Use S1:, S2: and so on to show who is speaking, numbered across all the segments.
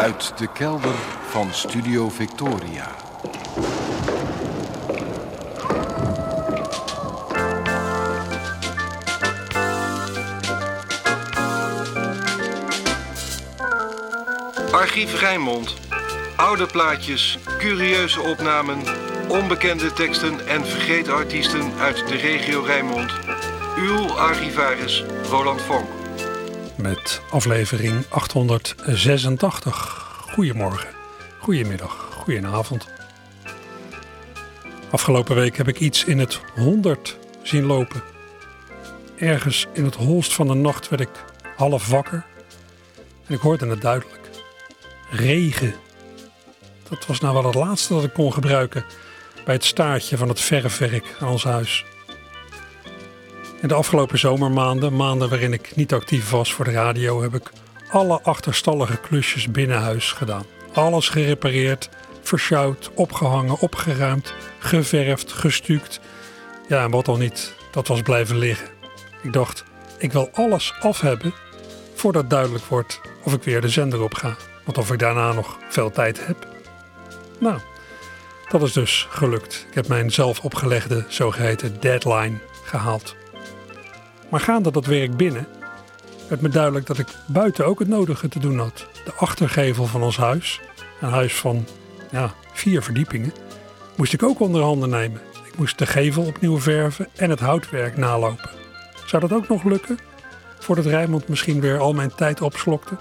S1: Uit de kelder van Studio Victoria.
S2: Archief Rijnmond. Oude plaatjes, curieuze opnamen, onbekende teksten en vergeten artiesten uit de regio Rijnmond. Uw archivaris Roland Vonk.
S3: Met aflevering 886. Goedemorgen, goedemiddag, goedenavond. Afgelopen week heb ik iets in het 100 zien lopen. Ergens in het holst van de nacht werd ik half wakker. En ik hoorde het duidelijk. Regen. Dat was nou wel het laatste dat ik kon gebruiken bij het staartje van het verfwerk aan ons huis. In de afgelopen zomermaanden, maanden waarin ik niet actief was voor de radio, heb ik alle achterstallige klusjes binnenhuis gedaan. Alles gerepareerd, versjouwd, opgehangen, opgeruimd, geverfd, gestuukt. Ja, en wat al niet, dat was blijven liggen. Ik dacht, ik wil alles af hebben voordat duidelijk wordt of ik weer de zender op ga. Want of ik daarna nog veel tijd heb. Nou, dat is dus gelukt. Ik heb mijn zelf opgelegde zogeheten deadline gehaald. Maar gaande dat werk binnen werd me duidelijk dat ik buiten ook het nodige te doen had. De achtergevel van ons huis, een huis van 4 verdiepingen, moest ik ook onder handen nemen. Ik moest de gevel opnieuw verven en het houtwerk nalopen. Zou dat ook nog lukken? Voordat Rijnmond misschien weer al mijn tijd opslokte?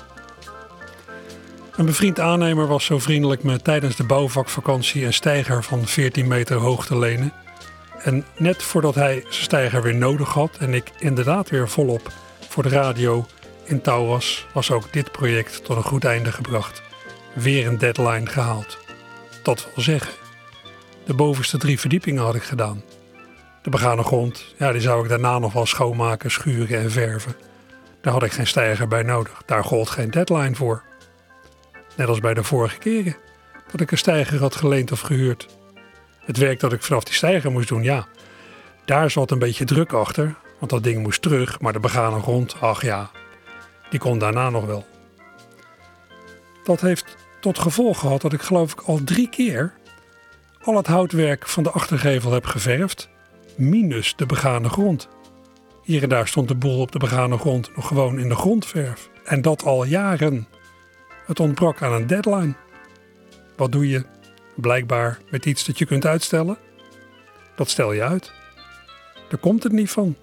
S3: Een bevriend aannemer was zo vriendelijk me tijdens de bouwvakvakantie een steiger van 14 meter hoog te lenen. En net voordat hij zijn steiger weer nodig had en ik inderdaad weer volop voor de radio in touw was ook dit project tot een goed einde gebracht. Weer een deadline gehaald. Dat wil zeggen, de bovenste 3 verdiepingen had ik gedaan. De begane grond, die zou ik daarna nog wel schoonmaken, schuren en verven. Daar had ik geen steiger bij nodig. Daar gold geen deadline voor. Net als bij de vorige keren dat ik een steiger had geleend of gehuurd. Het werk dat ik vanaf die steiger moest doen, daar zat een beetje druk achter. Want dat ding moest terug, maar de begane grond, die kon daarna nog wel. Dat heeft tot gevolg gehad dat ik geloof ik al 3 keer al het houtwerk van de achtergevel heb geverfd, minus de begane grond. Hier en daar stond de boel op de begane grond nog gewoon in de grondverf. En dat al jaren. Het ontbrak aan een deadline. Wat doe je? Blijkbaar met iets dat je kunt uitstellen. Dat stel je uit. Daar komt het niet van.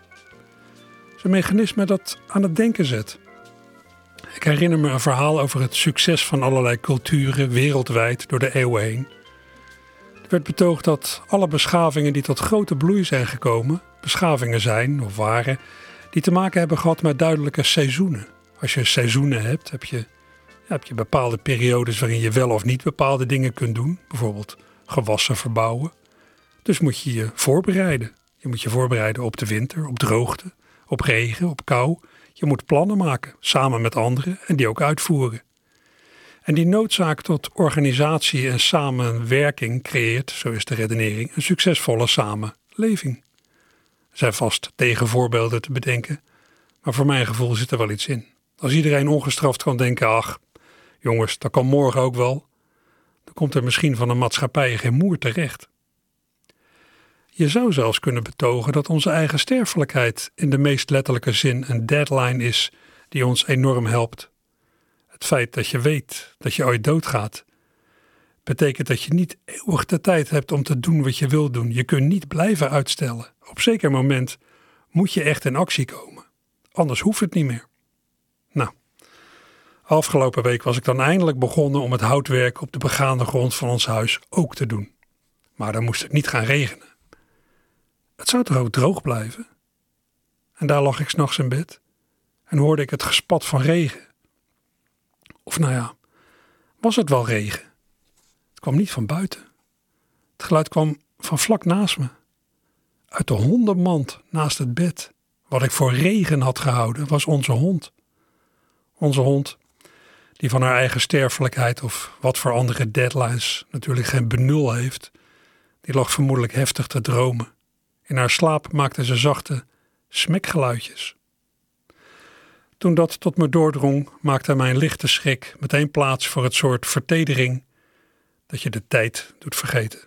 S3: Het is een mechanisme dat aan het denken zet. Ik herinner me een verhaal over het succes van allerlei culturen wereldwijd door de eeuwen heen. Er werd betoogd dat alle beschavingen die tot grote bloei zijn gekomen, beschavingen zijn of waren, die te maken hebben gehad met duidelijke seizoenen. Als je seizoenen hebt, heb je bepaalde periodes waarin je wel of niet bepaalde dingen kunt doen. Bijvoorbeeld gewassen verbouwen. Dus moet je je voorbereiden. Je moet je voorbereiden op de winter, op droogte, op regen, op kou. Je moet plannen maken, samen met anderen en die ook uitvoeren. En die noodzaak tot organisatie en samenwerking creëert, zo is de redenering, een succesvolle samenleving. Er zijn vast tegenvoorbeelden te bedenken, maar voor mijn gevoel zit er wel iets in. Als iedereen ongestraft kan denken, jongens, dat kan morgen ook wel, dan komt er misschien van een maatschappij geen moer terecht. Je zou zelfs kunnen betogen dat onze eigen sterfelijkheid in de meest letterlijke zin een deadline is die ons enorm helpt. Het feit dat je weet dat je ooit doodgaat, betekent dat je niet eeuwig de tijd hebt om te doen wat je wilt doen. Je kunt niet blijven uitstellen. Op zeker moment moet je echt in actie komen. Anders hoeft het niet meer. Nou, afgelopen week was ik dan eindelijk begonnen om het houtwerk op de begane grond van ons huis ook te doen. Maar dan moest het niet gaan regenen. Het zou toch ook droog blijven? En daar lag ik 's nachts in bed en hoorde ik het gespat van regen. Of was het wel regen? Het kwam niet van buiten. Het geluid kwam van vlak naast me. Uit de hondenmand naast het bed. Wat ik voor regen had gehouden, was onze hond. Onze hond, die van haar eigen sterfelijkheid of wat voor andere deadlines natuurlijk geen benul heeft, die lag vermoedelijk heftig te dromen. In haar slaap maakte ze zachte smekgeluidjes. Toen dat tot me doordrong, maakte mijn lichte schrik meteen plaats voor het soort vertedering dat je de tijd doet vergeten.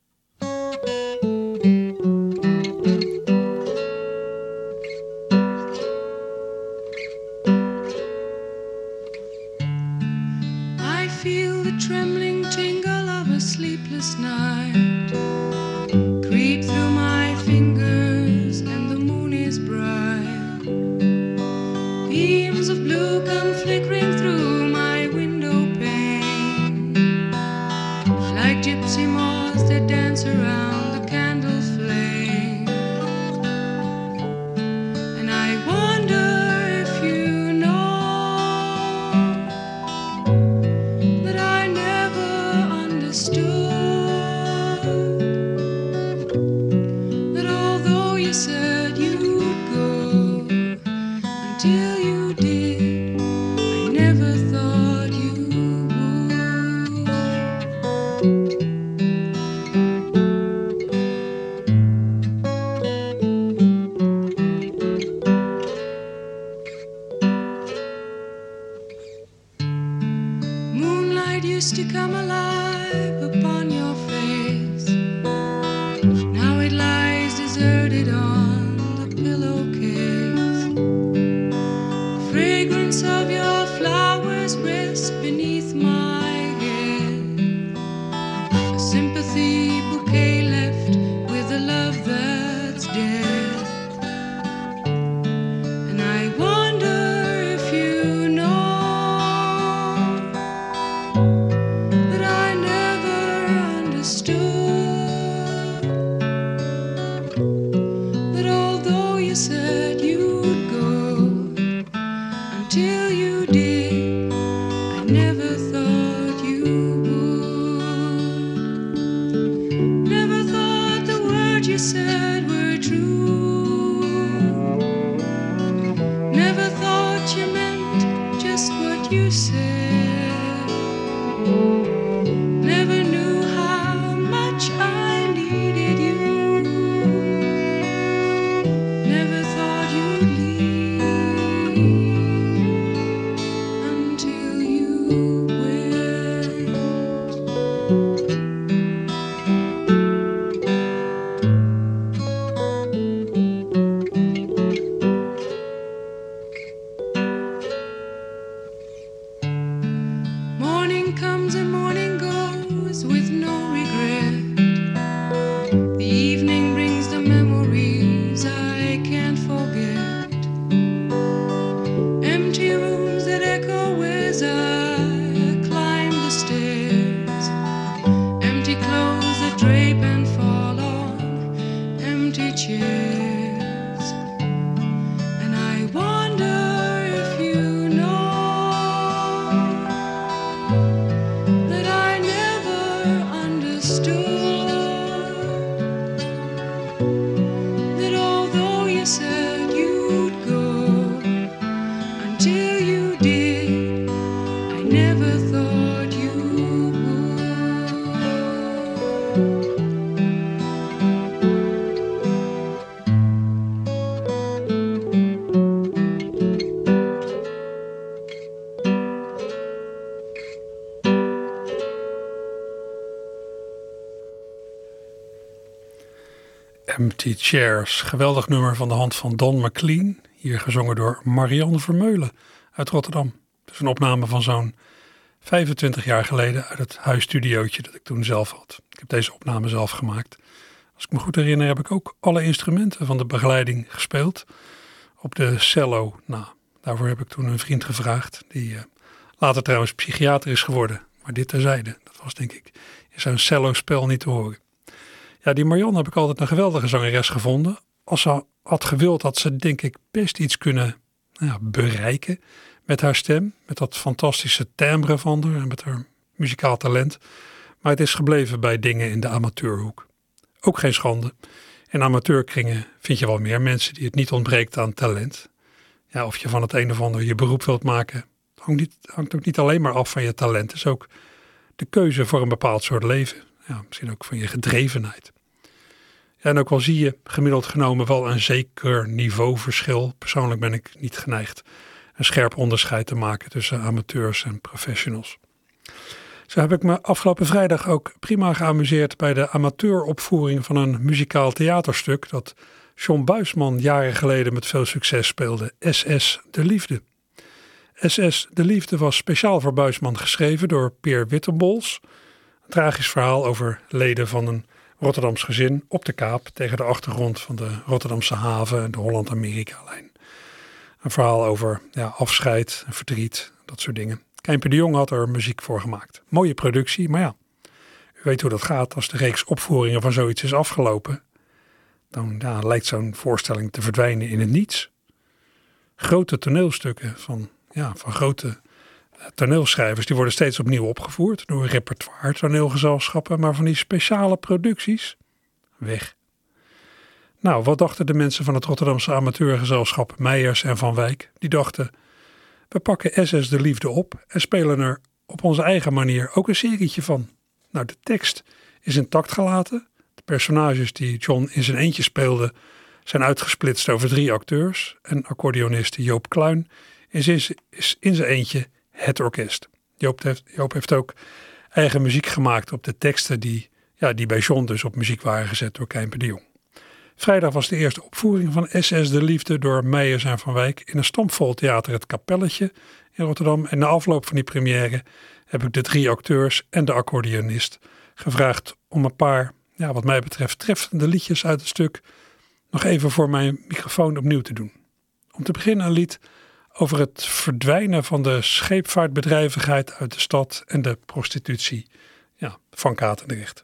S4: I feel the trembling tingle of a sleepless night creep through my fingers and the moon is bright. Beams of blue come flickering through my window pane like gypsy moths that dance around the candle's flame. And I wonder if you know that I never understood that although you said you'd go until you did, I never thought you would. Moonlight used to come alive upon your face. Now it lies deserted on the pillowcase. The fragrance of your flowers rests beneath my head. A sympathy bouquet left with a love that's dead. And I wonder if you know that I never understood that although you said you'd go until you did, I never thought you would. Never thought the words you said were true. Never thought you meant just what you said. Never knew how much I needed you. Never thought you'd leave until you went. Morning comes and morning goes with no regret. The evening brings the memories I can't forget. Empty rooms that echo as I climb the stairs. Empty clothes that drape and fall on empty chairs. And I wonder if you know that I never understood that although you said you'd go until you did, I never thought you would.
S3: Empty Chairs, geweldig nummer van de hand van Don McLean, hier gezongen door Marianne Vermeulen uit Rotterdam. Het is een opname van zo'n 25 jaar geleden uit het huisstudiootje dat ik toen zelf had. Ik heb deze opname zelf gemaakt. Als ik me goed herinner heb ik ook alle instrumenten van de begeleiding gespeeld op de cello. Nou, daarvoor heb ik toen een vriend gevraagd, die later trouwens psychiater is geworden. Maar dit terzijde, dat was denk ik in zo'n cello-spel niet te horen. Ja, die Marianne heb ik altijd een geweldige zangeres gevonden. Als ze had gewild, had ze denk ik best iets kunnen bereiken met haar stem. Met dat fantastische timbre van haar en met haar muzikaal talent. Maar het is gebleven bij dingen in de amateurhoek. Ook geen schande. In amateurkringen vind je wel meer mensen die het niet ontbreekt aan talent. Ja, of je van het een of ander je beroep wilt maken, hangt ook niet alleen maar af van je talent. Het is ook de keuze voor een bepaald soort leven. Ja, misschien ook van je gedrevenheid. Ja, en ook al zie je gemiddeld genomen wel een zeker niveauverschil. Persoonlijk ben ik niet geneigd een scherp onderscheid te maken tussen amateurs en professionals. Zo heb ik me afgelopen vrijdag ook prima geamuseerd bij de amateuropvoering van een muzikaal theaterstuk dat John Buisman jaren geleden met veel succes speelde, SS de Liefde. SS de Liefde was speciaal voor Buisman geschreven door Peer Wittenbols. Een tragisch verhaal over leden van een Rotterdams gezin op de Kaap tegen de achtergrond van de Rotterdamse haven en de Holland-Amerika-lijn. Een verhaal over afscheid en verdriet, dat soort dingen. Kijmpje de Jong had er muziek voor gemaakt. Mooie productie, maar u weet hoe dat gaat. Als de reeks opvoeringen van zoiets is afgelopen, dan lijkt zo'n voorstelling te verdwijnen in het niets. Grote toneelstukken van grote toneelschrijvers, die worden steeds opnieuw opgevoerd door repertoire toneelgezelschappen, maar van die speciale producties, weg. Nou, wat dachten de mensen van het Rotterdamse amateurgezelschap Meijers en Van Wijk? Die dachten, we pakken SS de Liefde op en spelen er op onze eigen manier ook een serietje van. Nou, de tekst is intact gelaten. De personages die John in zijn eentje speelde zijn uitgesplitst over 3 acteurs. En accordeonist Joop Kluin is in zijn eentje het orkest. Joop heeft ook eigen muziek gemaakt op de teksten die bij John dus op muziek waren gezet door Kijmpje de Jong. Vrijdag was de eerste opvoering van SS de Liefde door Meijers en Van Wijk in een stampvol theater Het Kapelletje in Rotterdam. En na afloop van die première heb ik de 3 acteurs en de accordeonist gevraagd om een paar, wat mij betreft, treffende liedjes uit het stuk nog even voor mijn microfoon opnieuw te doen. Om te beginnen een lied over het verdwijnen van de scheepvaartbedrijvigheid uit de stad en de prostitutie van Katendrecht.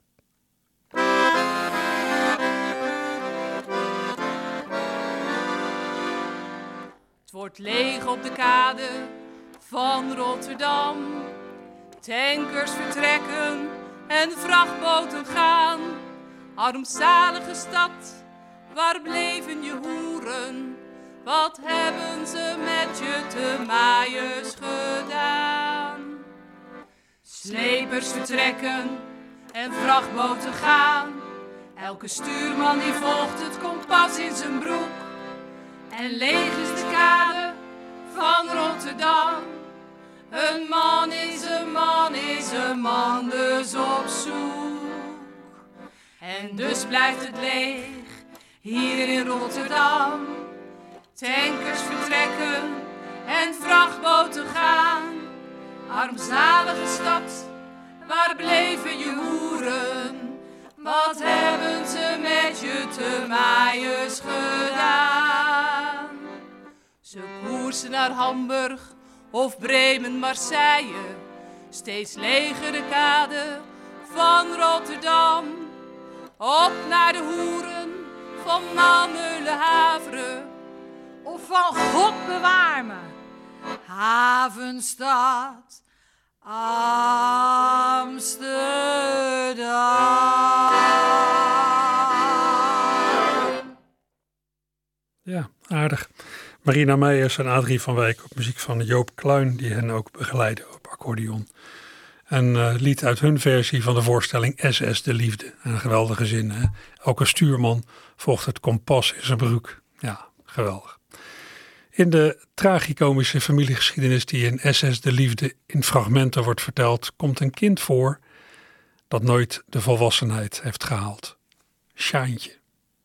S5: Het wordt leeg op de kade van Rotterdam. Tankers vertrekken en vrachtboten gaan. Armzalige stad, waar bleven je hoeren? Wat hebben ze met je te Maaiers gedaan? Slepers vertrekken en vrachtboten gaan. Elke stuurman die volgt het kompas in zijn broek. En leeg is de kade van Rotterdam. Een man is een man is een man dus op zoek. En dus blijft het leeg hier in Rotterdam. Tankers vertrekken en vrachtboten gaan. Armzalige stad, waar bleven je hoeren? Wat hebben ze met je te Maaiers gedaan? Ze koersen naar Hamburg of Bremen, Marseille. Steeds leger de kade van Rotterdam. Op naar de hoeren van Malmö, Havre.
S6: Of van God bewaar me, havenstad Amsterdam.
S3: Ja, aardig. Marina Meijers en Adrie van Wijk op muziek van Joop Kluin, die hen ook begeleiden op accordeon. Een lied uit hun versie van de voorstelling SS de Liefde. Een geweldige zin, hè? Elke stuurman volgt het kompas in zijn broek. Ja, geweldig. In de tragicomische familiegeschiedenis die in SS de Liefde in fragmenten wordt verteld, komt een kind voor dat nooit de volwassenheid heeft gehaald. Sjaantje.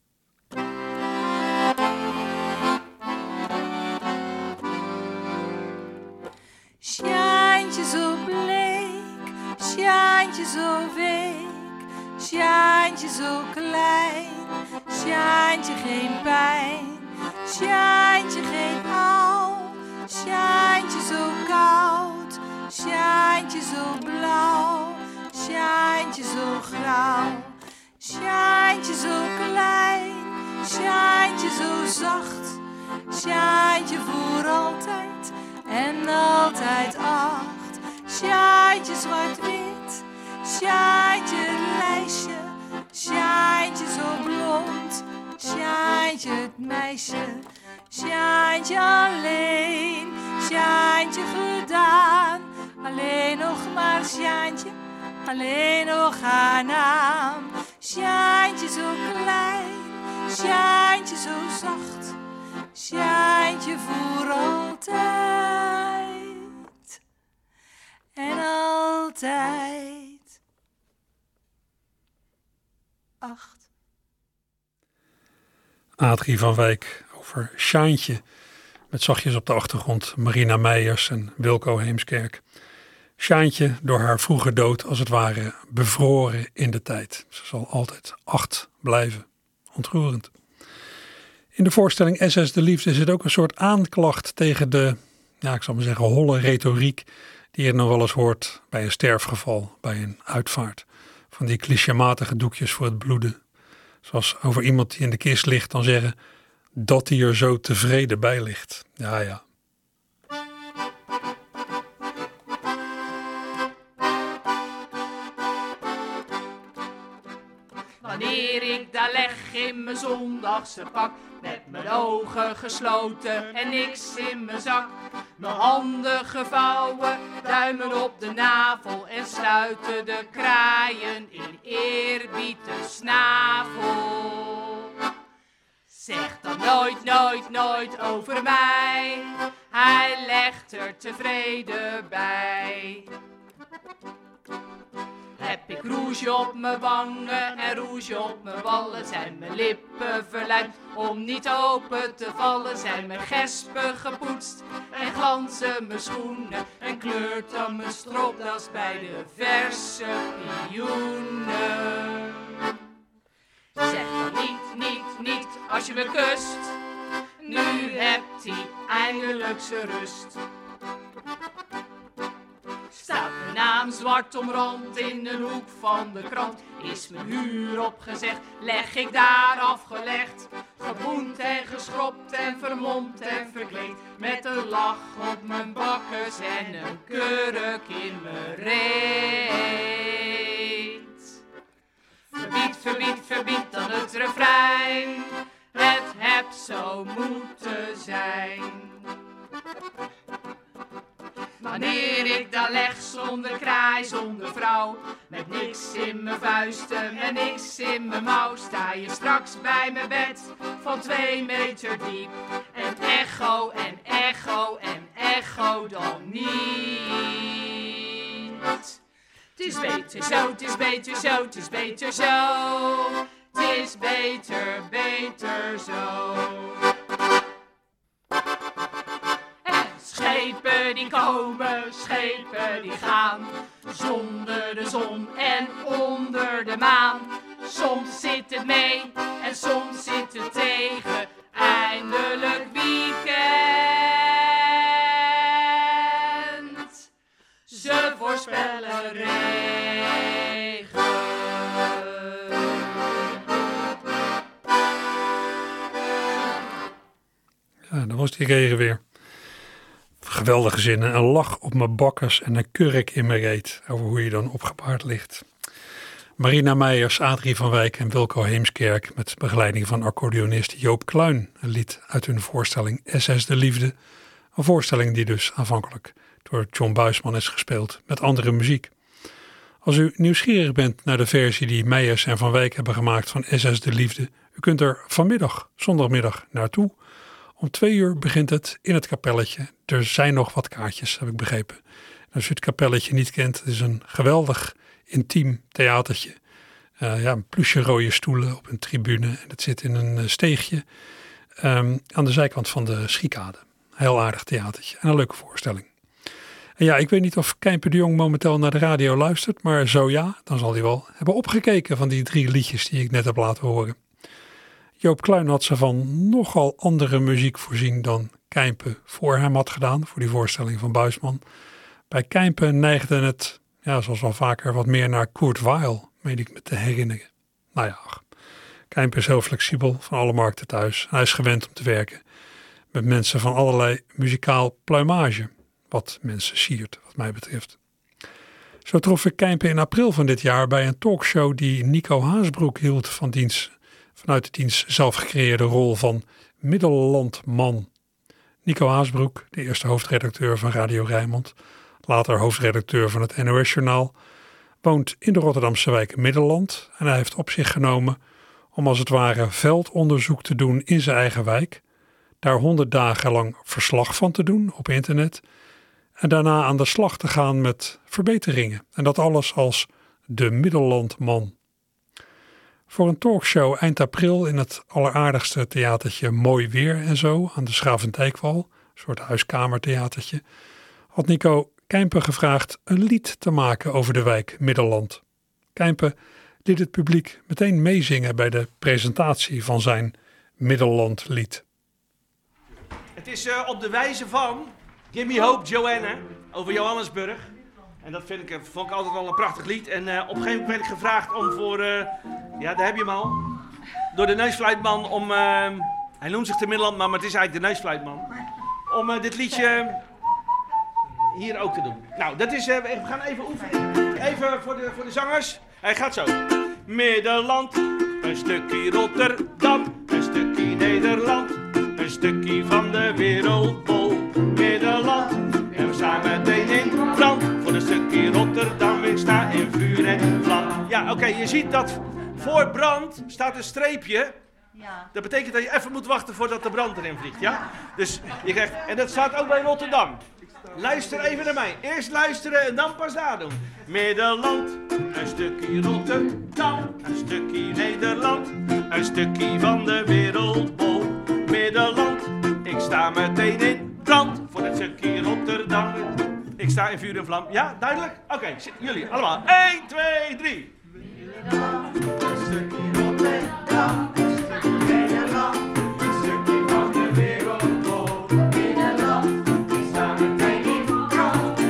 S6: Sjaantje zo bleek, Sjaantje zo week, Sjaantje zo klein, Sjaantje geen pijn. Sjaantje geen al, Sjaantje zo koud, Sjaantje zo blauw, Sjaantje zo grauw. Sjaantje zo klein, Sjaantje zo zacht, Sjaantje voor altijd en altijd 8. Sjaantje zwart-wit, Sjaantje het lijstje, Sjaantje zo blond, Sjaantje het meisje, Sjaantje alleen, Sjaantje gedaan, alleen nog maar Sjaantje, alleen nog haar naam. Sjaantje zo klein, Sjaantje zo zacht, Sjaantje voor altijd. tijd. 8.
S3: Adrie van Wijk over Sjaantje. Met zachtjes op de achtergrond Marina Meijers en Wilco Heemskerk. Sjaantje door haar vroege dood als het ware bevroren in de tijd. Ze zal altijd 8 blijven. Ontroerend. In de voorstelling SS de Liefde zit ook een soort aanklacht tegen de, ik zal maar zeggen, holle retoriek die je nog wel eens hoort bij een sterfgeval, bij een uitvaart. Van die clichématige doekjes voor het bloeden. Zoals over iemand die in de kist ligt dan zeggen dat hij er zo tevreden bij ligt. Ja.
S5: Wanneer ik daar leg in mijn zondagse pak, met mijn ogen gesloten en niks in mijn zak, mijn handen gevouwen, duimen op de navel en sluiten de kraaien in eerbied de snavel. Zeg dan nooit, nooit, nooit over mij, hij legt er tevreden bij. Heb ik rouge op mijn wangen en rouge op mijn wallen, zijn mijn lippen verlijmd om niet open te vallen, zijn mijn gespen gepoetst en glanzen mijn schoenen en kleurt dan mijn stropdas bij de verse pioenen. Zeg dan niet, als je me kust, nu hebt hij eindelijk zijn rust. Staat mijn naam zwart omrand in een hoek van de krant, is mijn huur opgezegd, leg ik daar afgelegd, geboend en geschropt en vermomd en verkleed, met een lach op mijn bakkes en een kurk in mijn reet. Verbied dan het refrein, het heb zo moeten zijn. Wanneer ik daar leg zonder kraai, zonder vrouw, met niks in mijn vuisten en niks in mijn mouw, sta je straks bij mijn bed van 2 meter diep. En echo en echo en echo dan niet. Het is beter zo, het is beter zo, het is beter zo. Het is beter, beter zo. Schepen die komen, schepen die gaan, zonder de zon en onder de maan. Soms zit het mee en soms zit het tegen, eindelijk weekend. Ze voorspellen regen.
S3: Ja, dan was die regen weer. Geweldige zinnen, een lach op mijn bakkers en een kurk in mijn reet, over hoe je dan opgebaard ligt. Marina Meijers, Adrie van Wijk en Wilco Heemskerk met begeleiding van accordeonist Joop Kluin. Een lied uit hun voorstelling SS de Liefde. Een voorstelling die dus aanvankelijk door John Buisman is gespeeld met andere muziek. Als u nieuwsgierig bent naar de versie die Meijers en Van Wijk hebben gemaakt van SS de Liefde, u kunt er vanmiddag, zondagmiddag, naartoe. Om 2 uur begint het in het kapelletje. Er zijn nog wat kaartjes, heb ik begrepen. En als u het kapelletje niet kent, het is een geweldig intiem theatertje. Een plusje rode stoelen op een tribune. En het zit in een steegje aan de zijkant van de Schiekade. Heel aardig theatertje en een leuke voorstelling. En ja, ik weet niet of Kijmpe de Jong momenteel naar de radio luistert, maar zo ja, dan zal hij wel hebben opgekeken van die 3 liedjes die ik net heb laten horen. Joop Kluin had ze van nogal andere muziek voorzien dan Kijmpe voor hem had gedaan, voor die voorstelling van Buisman. Bij Kijmpe neigde het, zoals wel vaker, wat meer naar Kurt Weill, meen ik me te herinneren. Nou ja, Kijmpe is heel flexibel, van alle markten thuis. Hij is gewend om te werken met mensen van allerlei muzikaal pluimage, wat mensen siert, wat mij betreft. Zo trof ik Kijmpe in april van dit jaar bij een talkshow die Nico Haasbroek hield vanuit de diens zelf gecreëerde rol van middellandman. Nico Haasbroek, de eerste hoofdredacteur van Radio Rijnmond, later hoofdredacteur van het NOS-journaal, woont in de Rotterdamse wijk Middelland en hij heeft op zich genomen om als het ware veldonderzoek te doen in zijn eigen wijk, daar 100 dagen lang verslag van te doen op internet En daarna aan de slag te gaan met verbeteringen. En dat alles als de Middellandman. Voor een talkshow eind april in het alleraardigste theatertje Mooi Weer en Zo aan de Schravendijkwal, een soort huiskamertheatertje, had Nico Kijmpe gevraagd een lied te maken over de wijk Middelland. Kijmpe liet het publiek meteen meezingen bij de presentatie van zijn Middellandlied.
S7: Het is op de wijze van Gimme Hope Joanna over Johannesburg. En dat vond ik altijd wel een prachtig lied. En op een gegeven moment werd ik gevraagd om voor, ja daar heb je hem al, door de neusfluitman om, hij noemt zich de Middellandman, maar het is eigenlijk de neusfluitman, om dit liedje hier ook te doen. Nou, dat is, we gaan even oefenen. Even voor de zangers. Hij gaat zo. Middelland, een stukje Rotterdam, een stukje Nederland, een stukje van de wereldbol. Middelland, en we staan meteen in brand, voor een stukje Rotterdam, ik sta in vuur en vlam. Ja, oké, je ziet dat voor brand staat een streepje. Ja. Dat betekent dat je even moet wachten voordat de brand erin vliegt, ja? Dus je krijgt, en dat staat ook bij Rotterdam. Luister even naar mij. Eerst luisteren en dan pas nadoen. Middelland, een stukje Rotterdam, een stukje Nederland, een stukje van de wereldbol. Middelland, ik sta meteen in brand voor het stukje Rotterdam. Ik sta in vuur en vlam. Ja, duidelijk? Oké, jullie allemaal. 1, 2, 3. Middelland, een stukje Rotterdam, een stukje Nederland, een stukje van de wereldbol. Middelland, ik sta meteen in brand.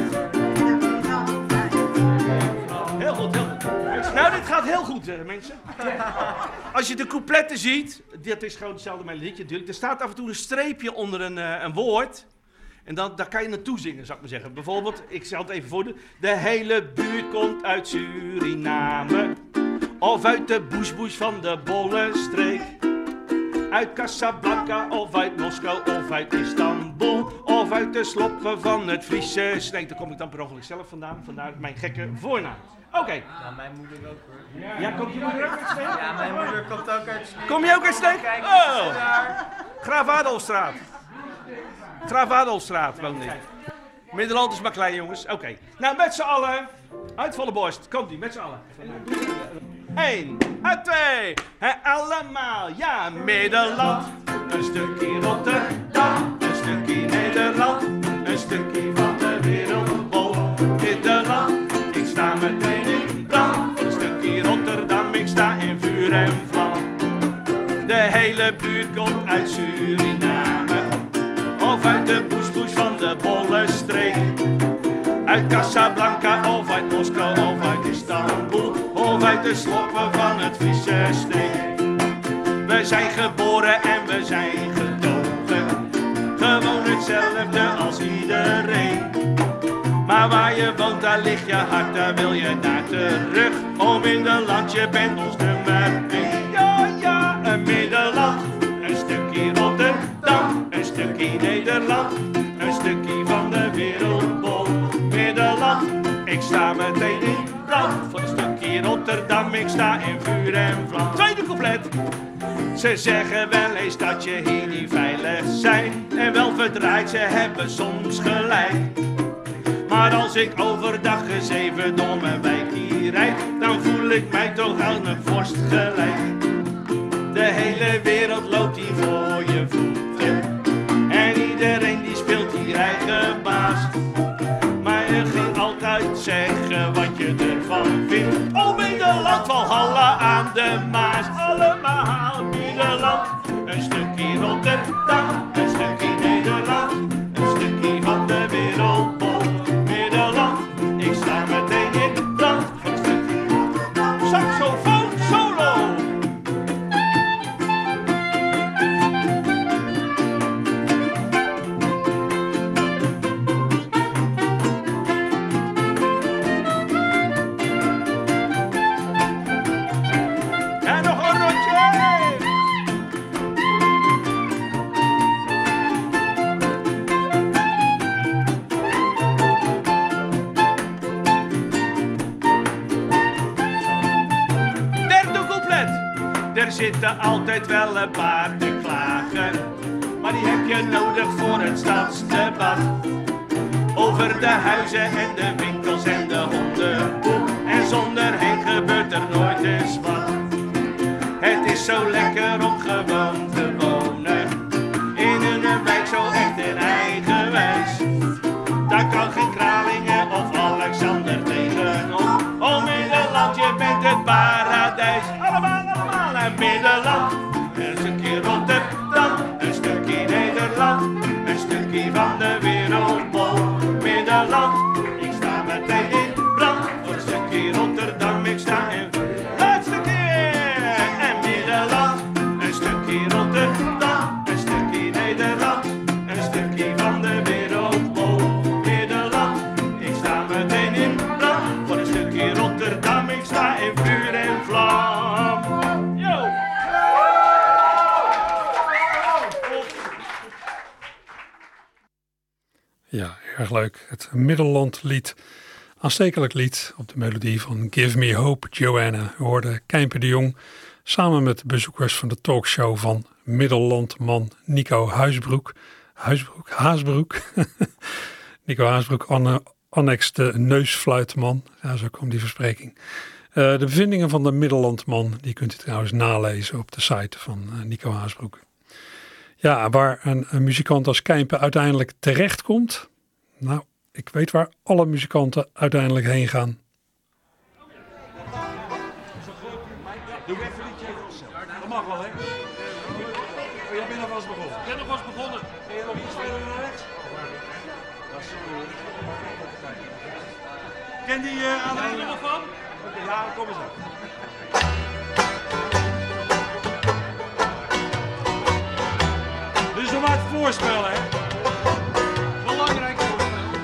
S7: Heel goed, heel goed. Nou, dit gaat heel goed, mensen. Als je de coupletten ziet, dit is gewoon hetzelfde melodietje natuurlijk. Er staat af en toe een streepje onder een woord. En daar kan je naartoe zingen, zou ik maar zeggen. Bijvoorbeeld, ik zal het even voordoen. De hele buurt komt uit Suriname. Of uit de bush van de Bollenstreek. Uit Casablanca, of uit Moskou, of uit Istanbul. Of uit de sloppen van het Friese Sneek. Daar kom ik dan per ongeluk zelf vandaan. Vandaar mijn gekke voornaam. Oké.
S8: Ja, mijn moeder ook hoor.
S7: Ja, komt je moeder ook uit Sneek?
S8: Ja, mijn moeder komt ook uit Sneek.
S7: Kom je ook uit Sneek? Oh! Graaf Adolfstraat. Graaf Adolfstraat woont ik. Middelland is maar klein, jongens. Oké. Nou, met z'n allen. Uit volle borst. Komt-ie, met z'n allen. 1, 2. Allemaal. Ja, Middelland. Een stukje Rotterdam. Een stukje Nederland. Een stukje van de wereldbol. Middelland. Ik sta meteen in brand. Een stukje Rotterdam. Ik sta in vuur en vlam. De hele buurt komt uit Suriname. Of uit de bush van de Bollenstreek. Uit Casablanca, of uit Moskou, of uit Istanbul. Of uit de sloppen van het Friese Sneek. We zijn geboren en we zijn getogen. Gewoon hetzelfde als iedereen. Maar waar je woont, daar ligt je hart, daar wil je naar terug. Oh, Middelland, je bent ons nummer 1. Ja, ja, een Middelland. Een stukje Rotterdam, een stukje Nederland, een stukje van de wereldbol. Middelland, ik sta meteen in brand. Voor een stukje Rotterdam, ik sta in vuur en vlam. Tweede couplet. Ze zeggen wel eens dat je hier niet veilig zijn. En wel verdraaid, ze hebben soms gelijk. Maar als ik overdag eens even door mijn wijk hier rijd, dan voel ik mij toch aan een vorst gelijk. De hele wereld loopt hier voor je voeten. En iedereen die speelt hier eigen baas. Maar je ging altijd zeggen wat je ervan vindt. Oh, Middelland, Valhalla aan de Maas. Allemaal Middelland. Een stukje Rotterdam. Een stukje Nederland. Een stukje van de wereldbol. Middelland. Ik sta meteen in brand. Een stukje saxofoon solo. En nog een rondje! Derde couplet. Er zitten altijd wel een paar te klagen, maar die heb je nodig voor het stadsdebat. Over over de huizen en de winkels en de honden. En zonder hen gebeurt er nooit eens wat. Het is zo lekker om gewoon te wonen. In een wijk zo echt en eigenwijs. Daar kan geen Kralingen of Alexander tegenop. Oh Middelland, je bent het paradijs. Allemaal naar Middelland. Een stukje Rotterdam, een stukje Nederland. Een stukje van de wereldbol. Middelland, ik sta meteen in brand. Voor een stukje Rotterdam, ik sta in laatste keer. En Middelland, een stukje Rotterdam. Een stukje Nederland, een stukje van de wereldbol. Middelland, ik sta meteen in brand. Voor een stukje Rotterdam, ik sta in vuur en vlam. Yo!
S3: Ja, erg leuk. Het Middellandlied. Aanstekelijk lied op de melodie van Give Me Hope, Joanna. We hoorden Kijmpe de Jong samen met bezoekers van de talkshow van Middellandman Nico Haasbroek. Nico Haasbroek, annex de neusfluitman. Ja, zo kwam die verspreking. De bevindingen van de Middellandman, die kunt u trouwens nalezen op de site van Nico Haasbroek. Ja, waar een muzikant als Kijmpe uiteindelijk terechtkomt. Nou, ik weet waar alle muzikanten uiteindelijk heen gaan.
S9: Doe even een liedje even zelf. Dat mag wel, hè? Oh, jij bent alvast begonnen. Ik ben alvast begonnen. Ben je nog iets verder naar rechts? Dat is zo. Ken die aanleiding nog van? Oké, ja, kom eens op. Dit is nog maar het voorspel, hè? Belangrijk voorspel.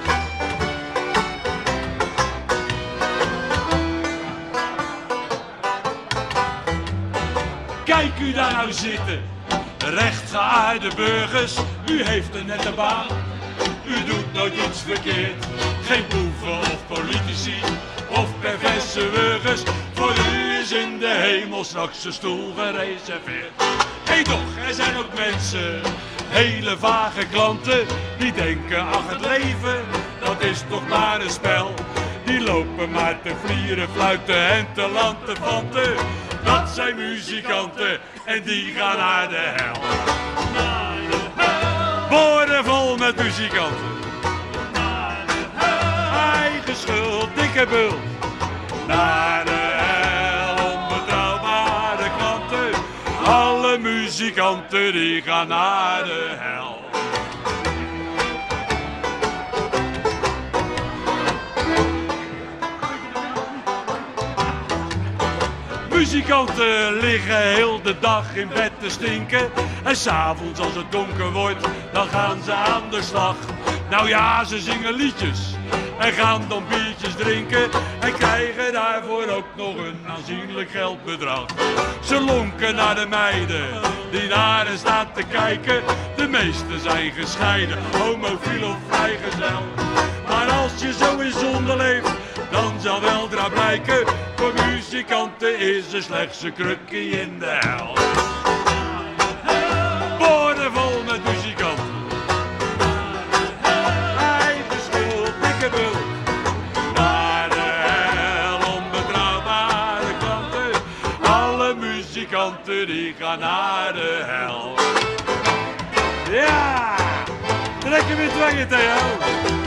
S9: Kijk u daar nou zitten, rechtgeaarde burgers. U heeft een nette baan, u doet nooit iets verkeerd. Geen boeven of politici of perverse burgers. Voor u is in de hemel straks een stoel gereserveerd. Hé toch, er zijn ook mensen, hele vage klanten, die denken, ach het leven, dat is toch maar een spel. Die lopen maar te vlieren, fluiten en te lanterfanten. Dat zijn muzikanten en die gaan naar de hel. Naar de hel. Borden vol met muzikanten. Naar de hel. Eigen schuld, dikke bult. Naar de hel, onbetrouwbare klanten. Alle muzikanten die gaan naar de hel. Muzikanten liggen heel de dag in bed te stinken. En s'avonds als het donker wordt, dan gaan ze aan de slag. Nou ja, ze zingen liedjes en gaan dan biertjes drinken. En krijgen daarvoor ook nog een aanzienlijk geldbedrag. Ze lonken naar de meiden die naar hen staan te kijken. De meesten zijn gescheiden, homofiel of vrijgezel. Maar als je zo in zonde leeft, dan zal weldra blijken, voor muzikanten is er slechts een krukje in de hel. Borden vol met muzikanten. Eigen schuld, dikke bult. Naar de hel, onbetrouwbare klanten. Alle muzikanten die gaan naar de hel. Ja, trek hem weer dwangen, Theo.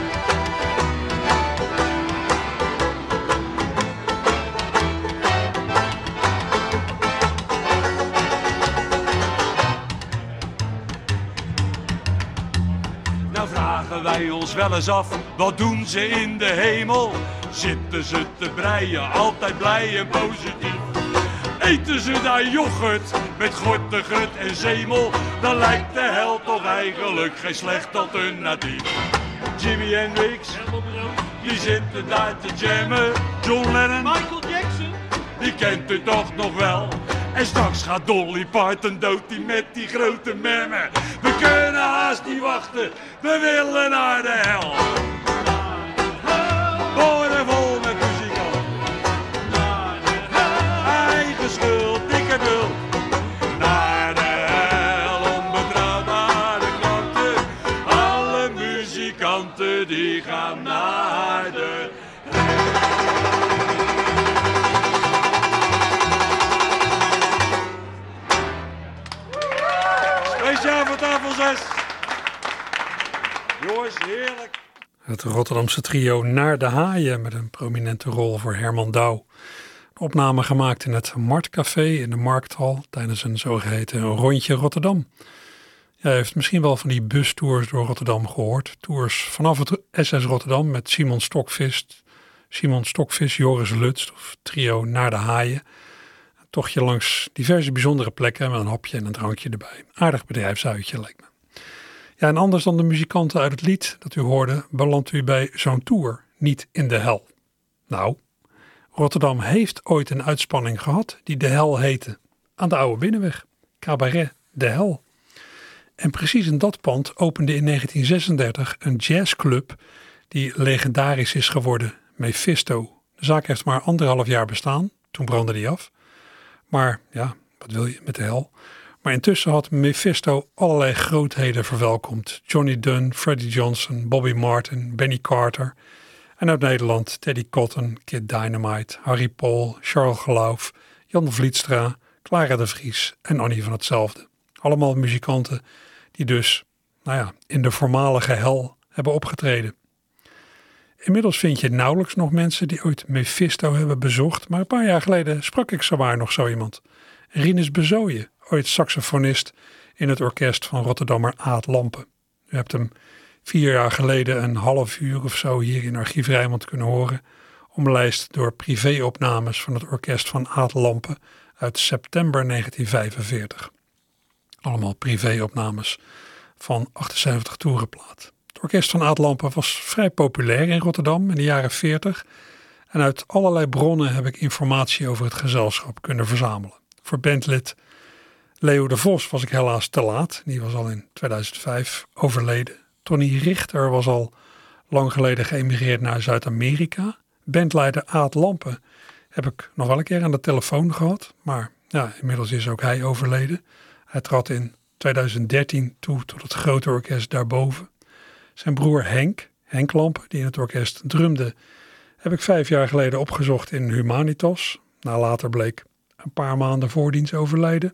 S9: Vragen wij ons wel eens af, wat doen ze in de hemel? Zitten ze te breien, altijd blij en positief? Eten ze daar yoghurt met gortegrut en zemel? Dan lijkt de hel toch eigenlijk geen slecht alternatief. Jimi Hendrix, die zitten daar te jammen. John Lennon, Michael Jackson, die kent u toch nog wel? En straks gaat Dolly Parton dood, die met die grote memmen. We kunnen haast niet wachten, we willen naar de hel. Borden vol met muzikanten. Eigen schuld, dikke bult. Naar de hel, onbetrouwbare klanten. Alle muziek muzikanten die gaan naar de... Speciaal voor tafel 6. Jongens, heerlijk.
S3: Het Rotterdamse trio Naar de Haaien met een prominente rol voor Herman Douw. Een opname gemaakt in het Marktcafé in de Markthal tijdens een zogeheten Rondje Rotterdam. Jij heeft misschien wel van die bustours door Rotterdam gehoord. Tours vanaf het SS Rotterdam met Simon Stokvis, Joris Lutst of trio Naar de Haaien. Een tochtje langs diverse bijzondere plekken met een hapje en een drankje erbij. Aardig bedrijfsuitje lijkt me. Ja, en anders dan de muzikanten uit het lied dat u hoorde, belandt u bij zo'n tour niet in de hel. Nou, Rotterdam heeft ooit een uitspanning gehad die de hel heette. Aan de Oude Binnenweg. Cabaret de Hel. En precies in dat pand opende in 1936 een jazzclub die legendarisch is geworden, Mephisto. De zaak heeft maar 1,5 jaar bestaan, toen brandde die af. Maar ja, wat wil je met de hel? Maar intussen had Mephisto allerlei grootheden verwelkomd. Johnny Dunn, Freddie Johnson, Bobby Martin, Benny Carter. En uit Nederland Teddy Cotton, Kid Dynamite, Harry Paul, Charles Geloof, Jan Vlietstra, Clara de Vries en Annie van Hetzelfde. Allemaal muzikanten die dus, in de voormalige hel hebben opgetreden. Inmiddels vind je nauwelijks nog mensen die ooit Mephisto hebben bezocht, maar een paar jaar geleden sprak ik zowaar nog zo iemand. Rinus Bezooyen, ooit saxofonist in het orkest van Rotterdammer Aad Lampen. U hebt hem 4 jaar geleden een half uur of zo hier in Archief Rijnmond kunnen horen, omlijst door privéopnames van het orkest van Aad Lampen uit september 1945. Allemaal privéopnames van 78 toerenplaat. Het orkest van Aad Lampen was vrij populair in Rotterdam in de jaren 40 en uit allerlei bronnen heb ik informatie over het gezelschap kunnen verzamelen. Voor bandlid Leo de Vos was ik helaas te laat. Die was al in 2005 overleden. Tony Richter was al lang geleden geëmigreerd naar Zuid-Amerika. Bandleider Aad Lampen heb ik nog wel een keer aan de telefoon gehad. Maar ja, inmiddels is ook hij overleden. Hij trad in 2013 toe tot het grote orkest daarboven. Zijn broer Henk Lampen, die in het orkest drumde, heb ik 5 jaar geleden opgezocht in Humanitas. Later bleek een paar maanden voor diens overlijden.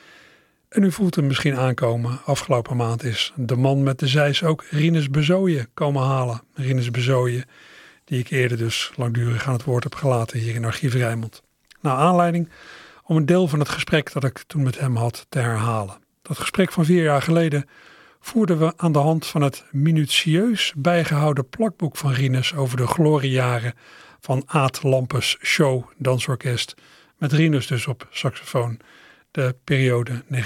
S3: En u voelt hem misschien aankomen. Afgelopen maand is de man met de zeis ook Rinus Bezooyen komen halen. Rinus Bezooyen, die ik eerder dus langdurig aan het woord heb gelaten hier in Archief Rijnmond. Aanleiding om een deel van het gesprek dat ik toen met hem had te herhalen. Dat gesprek van 4 jaar geleden voerden we aan de hand van het minutieus bijgehouden plakboek van Rinus over de gloriejaren van Aad Lampens show dansorkest. Met Rinus dus op saxofoon, de periode 1942-1946.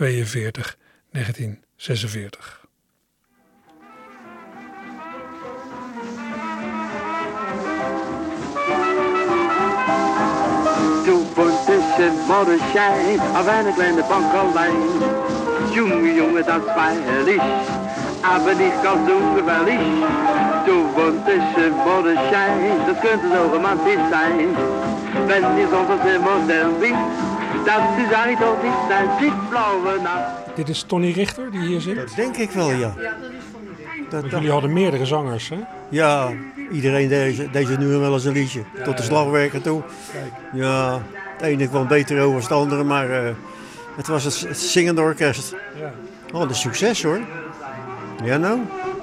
S10: Toen vond tussen modderschijn af en een kleine bankelijn. Jongen, dat is feierlich, aber nicht ganz ungefährlich. Toen vond tussen modderschijn, dat könnte zo romantisch zijn. Wenn ihr sonst im Modell bent, dat is eigenlijk toch niet zijn blauwe nacht.
S3: Dit is Tony Richter die hier zit?
S11: Dat denk ik wel, ja.
S10: Ja, dat is Tony Richter.
S3: Want jullie hadden meerdere zangers, hè?
S11: Ja, iedereen deze nu wel eens een liedje. Tot de slagwerker toe. Ja, het ene kwam beter over dan het andere, maar het was het zingende orkest.
S3: Ja.
S11: Oh, dat is succes hoor. Ja nou.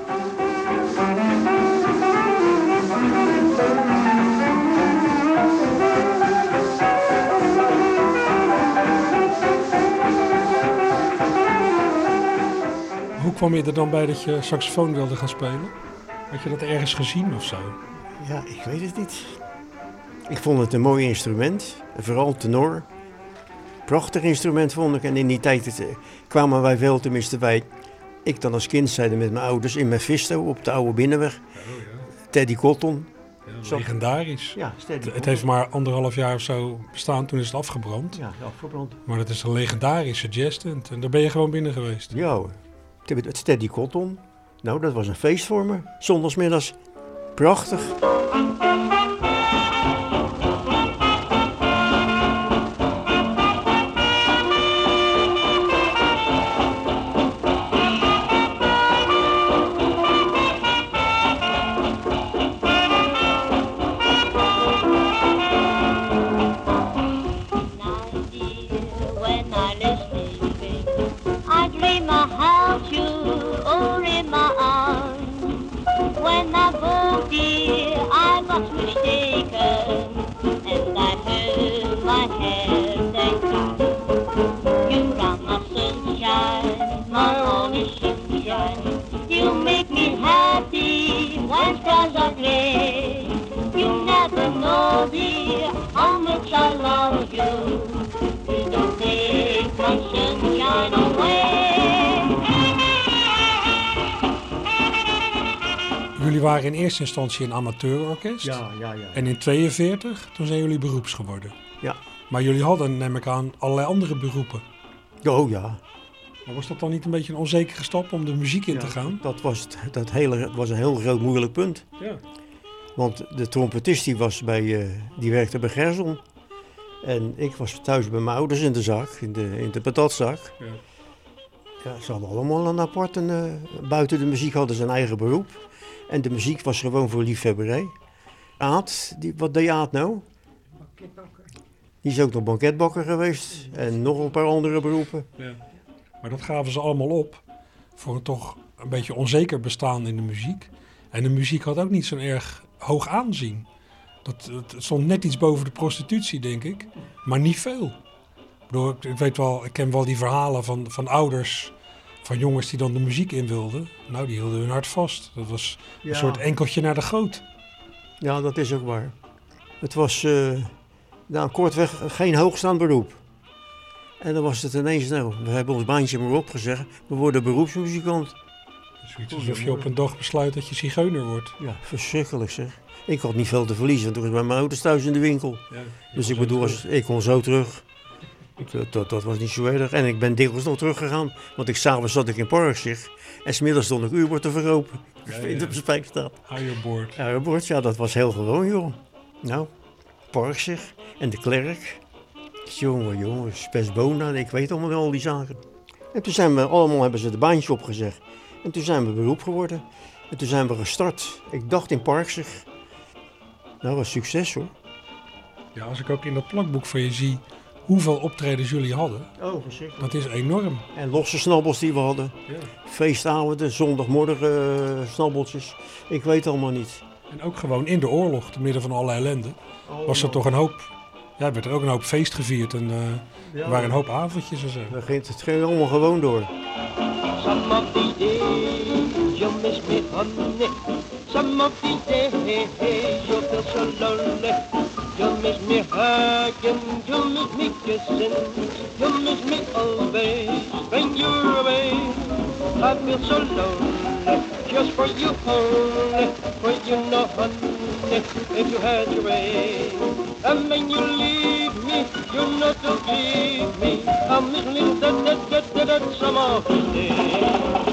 S3: Hoe kwam je er dan bij dat je saxofoon wilde gaan spelen? Had je dat ergens gezien of zo?
S11: Ja, ik weet het niet. Ik vond het een mooi instrument. Vooral tenor. Prachtig instrument vond ik. En in die tijd kwamen wij veel, tenminste wij. Ik dan als kind zeiden met mijn ouders in Mephisto op de Oude Binnenweg.
S3: Oh, ja.
S11: Teddy Cotton.
S3: Ja, legendarisch.
S11: Ja,
S3: het heeft maar 1,5 jaar of zo bestaan, toen is het afgebrand.
S11: Ja, afgebrand.
S3: Maar het is een legendarische jazztent en daar ben je gewoon binnen geweest.
S11: Ja hoor. Het Teddy Cotton. Nou, dat was een feest voor me. Zondagsmiddags. Prachtig.
S12: oh dear, how much I love you. You don't take my sunshine away.
S3: Jullie waren in eerste instantie een amateurorkest.
S11: Ja.
S3: En in 42, toen zijn jullie beroeps geworden.
S11: Ja.
S3: Maar jullie hadden, neem ik aan, allerlei andere beroepen.
S11: Oh ja.
S3: Maar was dat dan niet een beetje een onzekere stap om de muziek in te gaan?
S11: Dat was was een heel groot moeilijk punt.
S3: Ja.
S11: Want de trompetist die werkte bij Gerson. En ik was thuis bij mijn ouders in de zak, in de patatzak.
S3: Ja.
S11: Ja, ze hadden allemaal een apart, buiten de muziek hadden ze een eigen beroep. En de muziek was gewoon voor liefhebberij. Aad, wat deed Aad nou?
S8: Banketbakker.
S11: Die is ook nog banketbakker geweest. En nog een paar andere beroepen.
S3: Ja. Maar dat gaven ze allemaal op voor een toch een beetje onzeker bestaan in de muziek. En de muziek had ook niet zo'n erg hoog aanzien. Het stond net iets boven de prostitutie, denk ik. Maar niet veel. Ik ken wel die verhalen van ouders, van jongens die dan de muziek in wilden. Nou, die hielden hun hart vast. Dat was een soort enkeltje naar de goot.
S11: Ja, dat is ook waar. Het was kortweg geen hoogstaand beroep. En dan was het ineens, we hebben ons baantje maar opgezegd. We worden beroepsmuzikant.
S3: Zoiets alsof je op een dag besluit dat je zigeuner wordt.
S11: Ja, verschrikkelijk zeg. Ik had niet veel te verliezen, want toen was bij mijn ouders thuis in de winkel.
S3: Ja,
S11: dus ik bedoel, ik kon zo terug. Dat was niet zo erg. En ik ben dikwijls nog teruggegaan, want s'avonds zat ik in Parkzicht. En 's middags stond ik Uber te verkopen. In de Spijkstraat.
S3: Uienboord.
S11: Uienboord, ja, dat was heel gewoon, joh. Nou, Parkzicht en de Klerk. Jongen, Spesbona, ik weet allemaal wel al die zaken. En toen hebben ze de baantje opgezegd. En toen zijn we beroep geworden. En toen zijn we gestart. Ik dacht in Parkzicht. Nou, was succes hoor.
S3: Ja, als ik ook in dat plakboek van je zie hoeveel optredens jullie hadden.
S11: Oh, verschrikkelijk.
S3: Dat is enorm.
S11: En losse snabbels die we hadden.
S3: Ja.
S11: Feestavonden, zondagmorgen snabbeltjes. Ik weet allemaal niet.
S3: En ook gewoon in de oorlog, te midden van alle ellende, was er toch een hoop. Ja, werd er ook een hoop feest gevierd en er waren een hoop avondjes en zo.
S11: Het ging allemaal gewoon door.
S12: Some of the days you miss me, honey. Some of the days you feel so lonely. You miss me hugging, you miss me kissing. You miss me always when you're away. I feel so lonely, just for you only. For you know, honey, if you had your way. And when you leave me, you know to leave me. I'm missing that some of the days.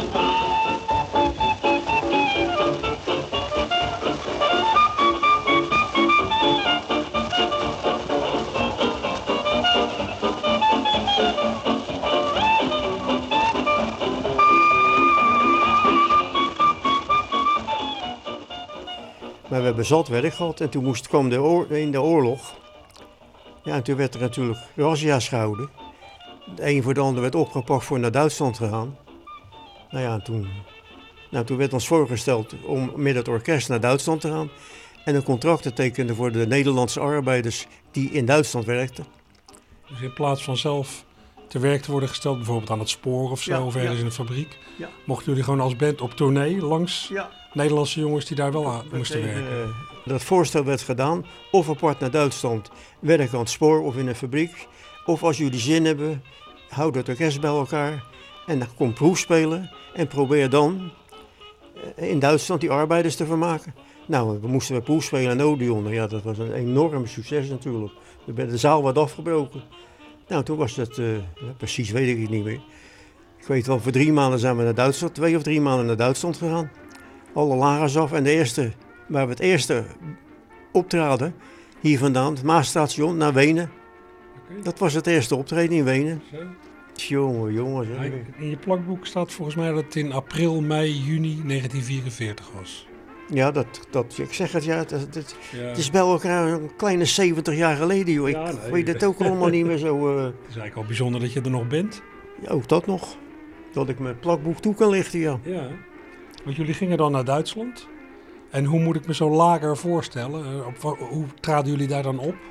S11: Maar we hebben zat werk gehad en toen kwam in de oorlog. Ja, en toen werd er natuurlijk razzia's gehouden. De een voor de ander werd opgepakt voor naar Duitsland te gaan. Nou ja, toen werd ons voorgesteld om met het orkest naar Duitsland te gaan. En een contract te tekenen voor de Nederlandse arbeiders die in Duitsland werkten.
S3: Dus in plaats van zelf te werk te worden gesteld, bijvoorbeeld aan het spoor of zo, of ergens in een fabriek, mochten jullie gewoon als band op tournee langs Nederlandse jongens die daar wel aan moesten werken.
S11: Dat voorstel werd gedaan, of apart naar Duitsland, werken aan het spoor of in een fabriek. Of als jullie zin hebben, houd het orkest bij elkaar en dan kom proefspelen en probeer dan in Duitsland die arbeiders te vermaken. Nou, we moesten proefspelen in Odeon. Ja, dat was een enorm succes natuurlijk. De zaal werd afgebroken. Nou, toen was het, precies weet ik het niet meer. Ik weet wel, voor 3 maanden zijn we naar Duitsland, 2 of 3 maanden naar Duitsland gegaan. Alle lagers af en waar we het eerste optraden, hier vandaan, het Maaststation naar Wenen. Okay. Dat was het eerste optreden in Wenen. Jongen.
S3: In je plakboek staat volgens mij dat het in april, mei, juni 1944 was.
S11: Ja, ik zeg het, het is bij elkaar een kleine 70 jaar geleden, joh. Ik weet het ook allemaal niet meer zo.
S3: Het is eigenlijk al bijzonder dat je er nog bent.
S11: Ja, ook dat nog. Dat ik mijn plakboek toe kan lichten, ja.
S3: Want jullie gingen dan naar Duitsland. En hoe moet ik me zo'n lager voorstellen? Hoe traden jullie daar dan op?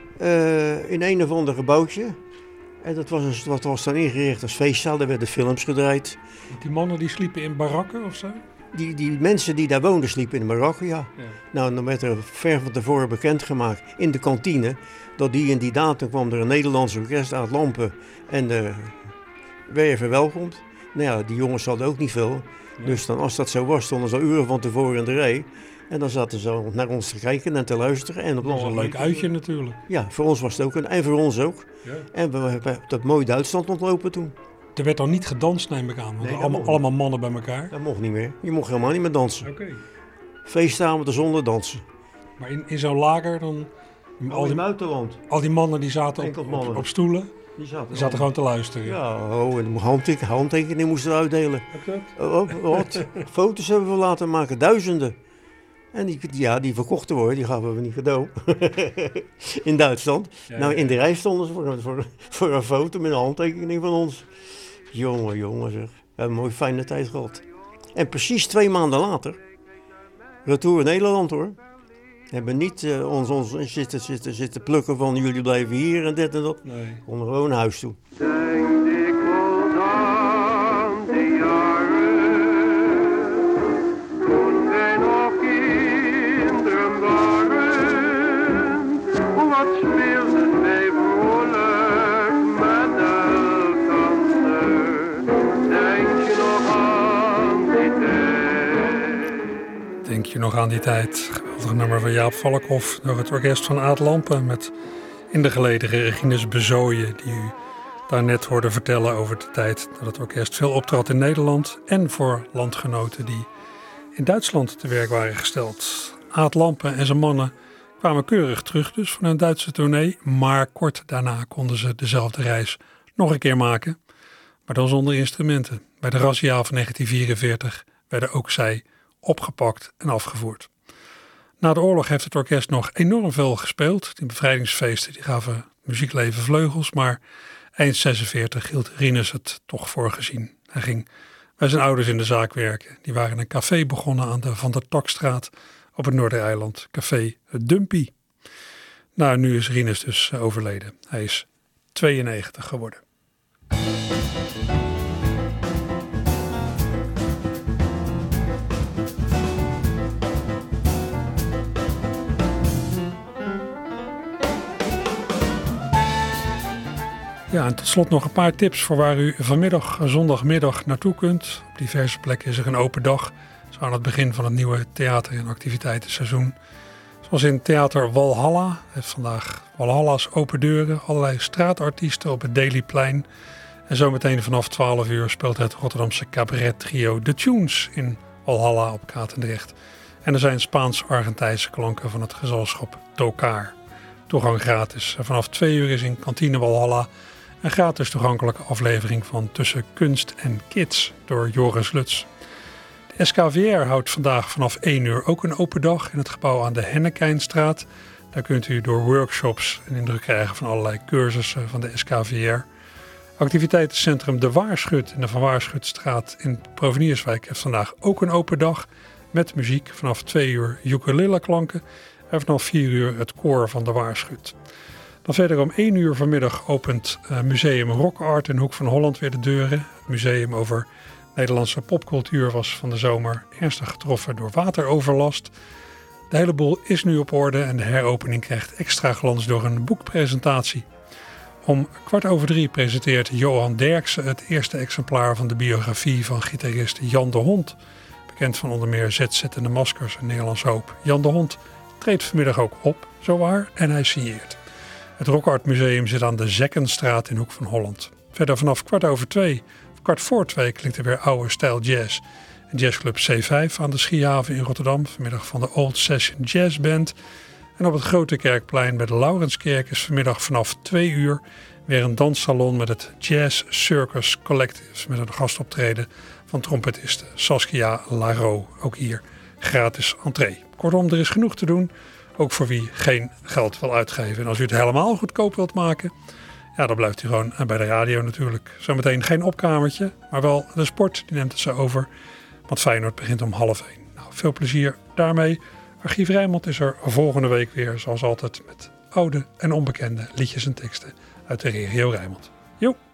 S11: In een of ander gebouwtje. En dat was dan ingericht als feestzaal. Daar werden films gedraaid.
S3: Die mannen die sliepen in barakken of zo?
S11: Die mensen die daar woonden sliepen in de barakken, ja. Nou, dan werd er ver van tevoren bekendgemaakt in de kantine dat die en die datum kwam er een Nederlands orkest uit Lampen en werd je verwelkomd. Nou ja, die jongens hadden ook niet veel. Ja. Dus dan, als dat zo was, stonden ze al uren van tevoren in de rij. En dan zaten ze naar ons te kijken en te luisteren. En
S3: dat was een leuk uitje natuurlijk.
S11: Ja, voor ons was het ook en voor ons ook. Ja. En we hebben dat mooie Duitsland ontlopen toen.
S3: Er werd dan niet gedanst, neem ik aan. Want nee, allemaal mannen bij elkaar.
S11: Dat mocht niet meer. Je mocht helemaal niet meer dansen.
S3: Okay.
S11: Feestavonden zonder dansen.
S3: Maar in zo'n lager dan... Al die mannen die zaten op stoelen. Die zaten gewoon te luisteren.
S11: Ja, en handtekeningen moesten we uitdelen. Wat? Foto's hebben we laten maken, duizenden. En die verkochten worden, die gaven we niet cadeau. In Duitsland. Ja, nou, in de rij stonden ze voor een foto met een handtekening van ons. Jongen zeg. We hebben een mooie fijne tijd gehad. En precies 2 maanden later, retour in Nederland hoor. We hebben niet ons zitten plukken van jullie blijven hier en dit en dat. Nee. We konden gewoon naar huis toe.
S10: Denk dikwijls aan de jaren, toen wij nog kinderen waren. Wat speelden wij vrolijk met elkaar. Denk je nog aan die tijd?
S3: Denk je nog aan die tijd? Geweldig nummer van Jaap Valkhoff door het orkest van Aad Lampen met in de geledige Regines Bezooyen, die u daarnet hoorde vertellen over de tijd dat het orkest veel optrad in Nederland en voor landgenoten die in Duitsland te werk waren gesteld. Aad Lampen en zijn mannen kwamen keurig terug dus van hun Duitse tournee, maar kort daarna konden ze dezelfde reis nog een keer maken, maar dan zonder instrumenten. Bij de razzia van 1944 werden ook zij opgepakt en afgevoerd. Na de oorlog heeft het orkest nog enorm veel gespeeld. Die bevrijdingsfeesten die gaven muziekleven vleugels, maar eind 46 hield Rinus het toch voor gezien. Hij ging bij zijn ouders in de zaak werken. Die waren een café begonnen aan de Van der Takstraat op het Noordereiland, café Dumpy. Nou, nu is Rinus dus overleden. Hij is 92 geworden. Ja, en tot slot nog een paar tips voor waar u vanmiddag, zondagmiddag naartoe kunt. Op diverse plekken is er een open dag, zo aan het begin van het nieuwe theater- en activiteitenseizoen. Zoals in Theater Walhalla, heeft vandaag Walhalla's open deuren, allerlei straatartiesten op het Dailyplein. En zometeen vanaf 12 uur speelt het Rotterdamse cabaret trio The Tunes in Walhalla op Katendrecht. En er zijn Spaans-Argentijnse klanken van het gezelschap Tokaar. Toegang gratis. Vanaf 2 uur is in Kantine Walhalla een gratis toegankelijke aflevering van Tussen Kunst en Kids door Joris Lutz. De SKVR houdt vandaag vanaf 1 uur ook een open dag in het gebouw aan de Hennekijnstraat. Daar kunt u door workshops een indruk krijgen van allerlei cursussen van de SKVR. Activiteitencentrum De Waarschut in de Van Waarschutstraat in Provenierswijk heeft vandaag ook een open dag met muziek. Vanaf 2 uur ukulele klanken en vanaf 4 uur het koor van De Waarschut. Dan verder om 1 uur vanmiddag opent Museum Rock Art in Hoek van Holland weer de deuren. Het museum over Nederlandse popcultuur was van de zomer ernstig getroffen door wateroverlast. De hele boel is nu op orde en de heropening krijgt extra glans door een boekpresentatie. Om 2:15 presenteert Johan Derksen het eerste exemplaar van de biografie van gitarist Jan de Hond. Bekend van onder meer ZZ en de Maskers en Nederlands Hoop. Jan de Hond treedt vanmiddag ook op, zowaar, en hij signeert. Het Rock Art Museum zit aan de Zekkenstraat in Hoek van Holland. Verder vanaf 2:15 of 2:15 klinkt er weer oude stijl jazz. Een jazzclub C5 aan de Schiehaven in Rotterdam, vanmiddag van de Old Session Jazz Band. En op het Grote Kerkplein bij de Laurenskerk is vanmiddag vanaf 2 uur weer een danssalon met het Jazz Circus Collective met een gastoptreden van trompetiste Saskia Laro. Ook hier gratis entree. Kortom, er is genoeg te doen, ook voor wie geen geld wil uitgeven. En als u het helemaal goedkoop wilt maken, ja, dan blijft u gewoon bij de radio natuurlijk. Zometeen geen opkamertje, maar wel de sport, die neemt het zo over. Want Feyenoord begint om 12:30. Nou, veel plezier daarmee. Archief Rijnmond is er volgende week weer, zoals altijd, met oude en onbekende liedjes en teksten uit de regio Rijnmond. Jo!